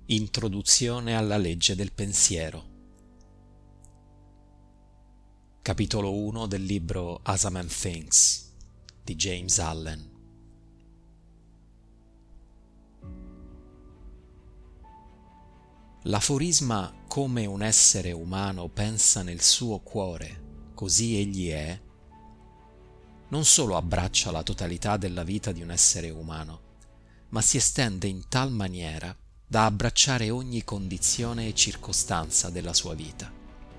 Introduzione alla legge del pensiero. Capitolo 1 del libro As a Man Thinks di James Allen. L'aforisma "come un essere umano pensa nel suo cuore, così egli è", non solo abbraccia la totalità della vita di un essere umano, ma si estende in tal maniera da abbracciare ogni condizione e circostanza della sua vita.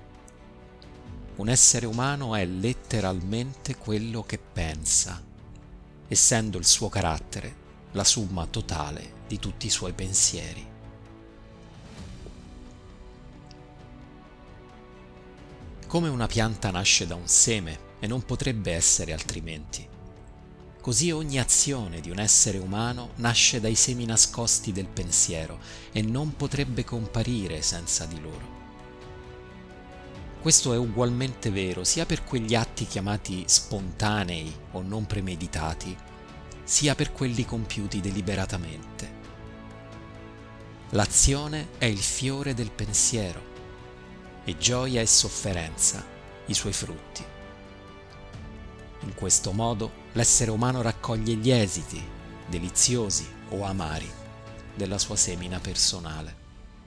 Un essere umano è letteralmente quello che pensa, essendo il suo carattere la somma totale di tutti i suoi pensieri. Come una pianta nasce da un seme e non potrebbe essere altrimenti, così ogni azione di un essere umano nasce dai semi nascosti del pensiero e non potrebbe comparire senza di loro. Questo è ugualmente vero sia per quegli atti chiamati spontanei o non premeditati, sia per quelli compiuti deliberatamente. L'azione è il fiore del pensiero e gioia e sofferenza i suoi frutti. In questo modo l'essere umano raccoglie gli esiti, deliziosi o amari, della sua semina personale.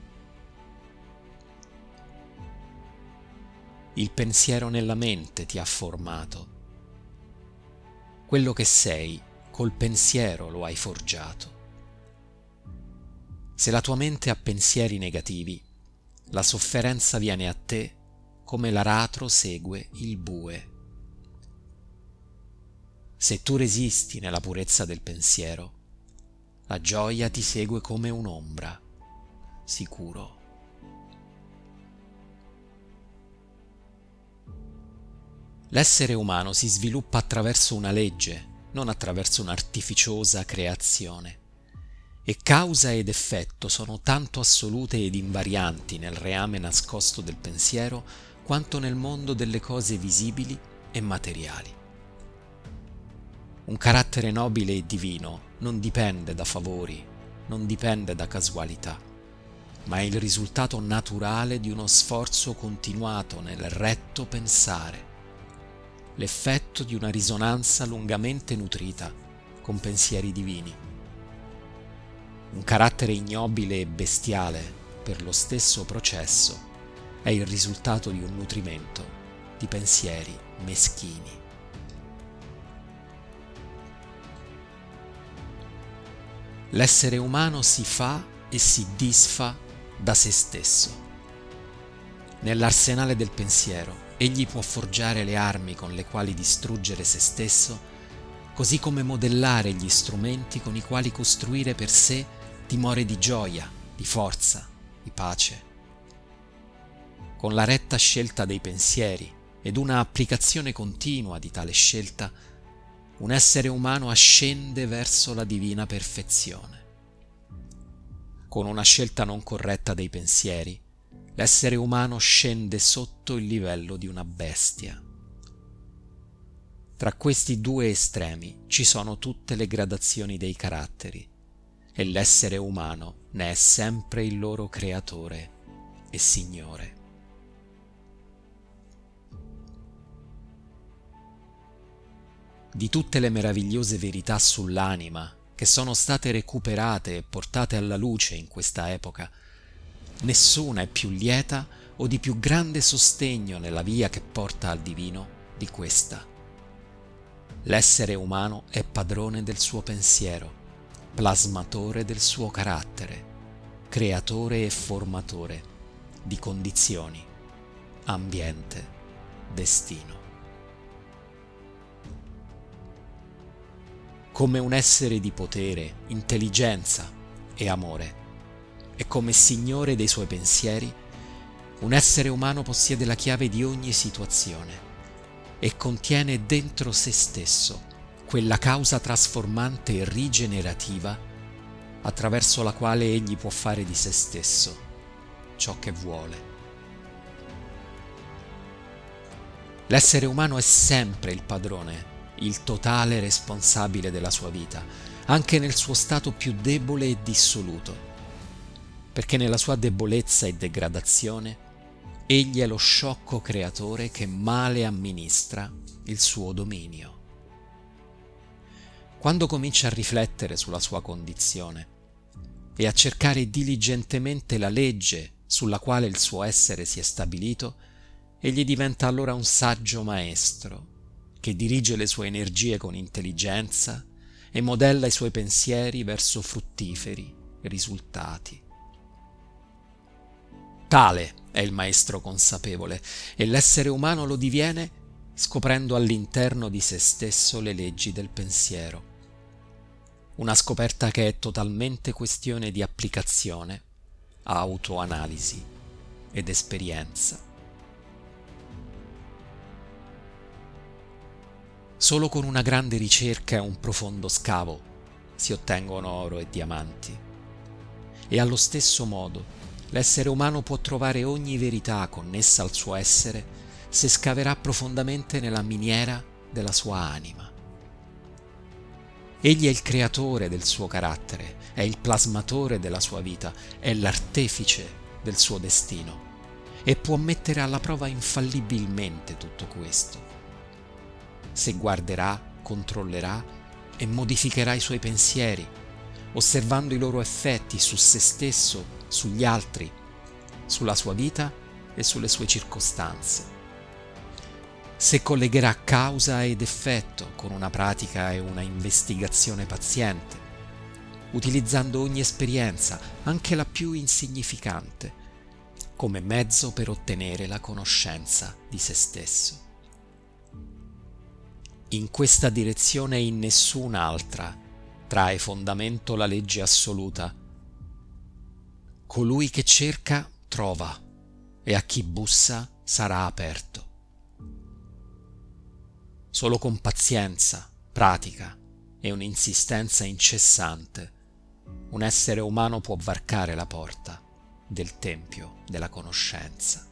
Il pensiero nella mente ti ha formato. Quello che sei, col pensiero lo hai forgiato. Se la tua mente ha pensieri negativi, la sofferenza viene a te come l'aratro segue il bue. Se tu resisti nella purezza del pensiero, la gioia ti segue come un'ombra, sicuro. L'essere umano si sviluppa attraverso una legge, non attraverso un'artificiosa creazione, e causa ed effetto sono tanto assolute ed invarianti nel reame nascosto del pensiero quanto nel mondo delle cose visibili e materiali. Un carattere nobile e divino non dipende da favori, non dipende da casualità, ma è il risultato naturale di uno sforzo continuato nel retto pensare, l'effetto di una risonanza lungamente nutrita con pensieri divini. Un carattere ignobile e bestiale, per lo stesso processo, è il risultato di un nutrimento di pensieri meschini. L'essere umano si fa e si disfa da se stesso. Nell'arsenale del pensiero egli può forgiare le armi con le quali distruggere se stesso, così come modellare gli strumenti con i quali costruire per sé dimore di gioia, di forza, di pace. Con la retta scelta dei pensieri ed una applicazione continua di tale scelta, un essere umano ascende verso la divina perfezione. Con una scelta non corretta dei pensieri, l'essere umano scende sotto il livello di una bestia. Tra questi due estremi ci sono tutte le gradazioni dei caratteri e l'essere umano ne è sempre il loro creatore e signore. Di tutte le meravigliose verità sull'anima che sono state recuperate e portate alla luce in questa epoca, nessuna è più lieta o di più grande sostegno nella via che porta al divino di questa. L'essere umano è padrone del suo pensiero, plasmatore del suo carattere, creatore e formatore di condizioni, ambiente, destino. Come un essere di potere, intelligenza e amore, e come signore dei suoi pensieri, un essere umano possiede la chiave di ogni situazione e contiene dentro se stesso quella causa trasformante e rigenerativa attraverso la quale egli può fare di se stesso ciò che vuole. L'essere umano è sempre il padrone, il totale responsabile della sua vita, anche nel suo stato più debole e dissoluto. perché nella sua debolezza e degradazione egli è lo sciocco creatore che male amministra il suo dominio. Quando comincia a riflettere sulla sua condizione e a cercare diligentemente la legge sulla quale il suo essere si è stabilito, egli diventa allora un saggio maestro che dirige le sue energie con intelligenza e modella i suoi pensieri verso fruttiferi risultati. Tale è il maestro consapevole e l'essere umano lo diviene scoprendo all'interno di se stesso le leggi del pensiero. Una scoperta che è totalmente questione di applicazione, autoanalisi ed esperienza. Solo con una grande ricerca e un profondo scavo si ottengono oro e diamanti. E allo stesso modo l'essere umano può trovare ogni verità connessa al suo essere se scaverà profondamente nella miniera della sua anima. Egli è il creatore del suo carattere, è il plasmatore della sua vita, è l'artefice del suo destino e può mettere alla prova infallibilmente tutto questo. Se guarderà, controllerà e modificherà i suoi pensieri, osservando i loro effetti su se stesso, sugli altri, sulla sua vita e sulle sue circostanze. Se collegherà causa ed effetto con una pratica e una investigazione paziente, utilizzando ogni esperienza, anche la più insignificante, come mezzo per ottenere la conoscenza di se stesso. In questa direzione e in nessun'altra trae fondamento la legge assoluta. Colui che cerca trova e a chi bussa sarà aperto. Solo con pazienza, pratica e un'insistenza incessante un essere umano può varcare la porta del tempio della conoscenza.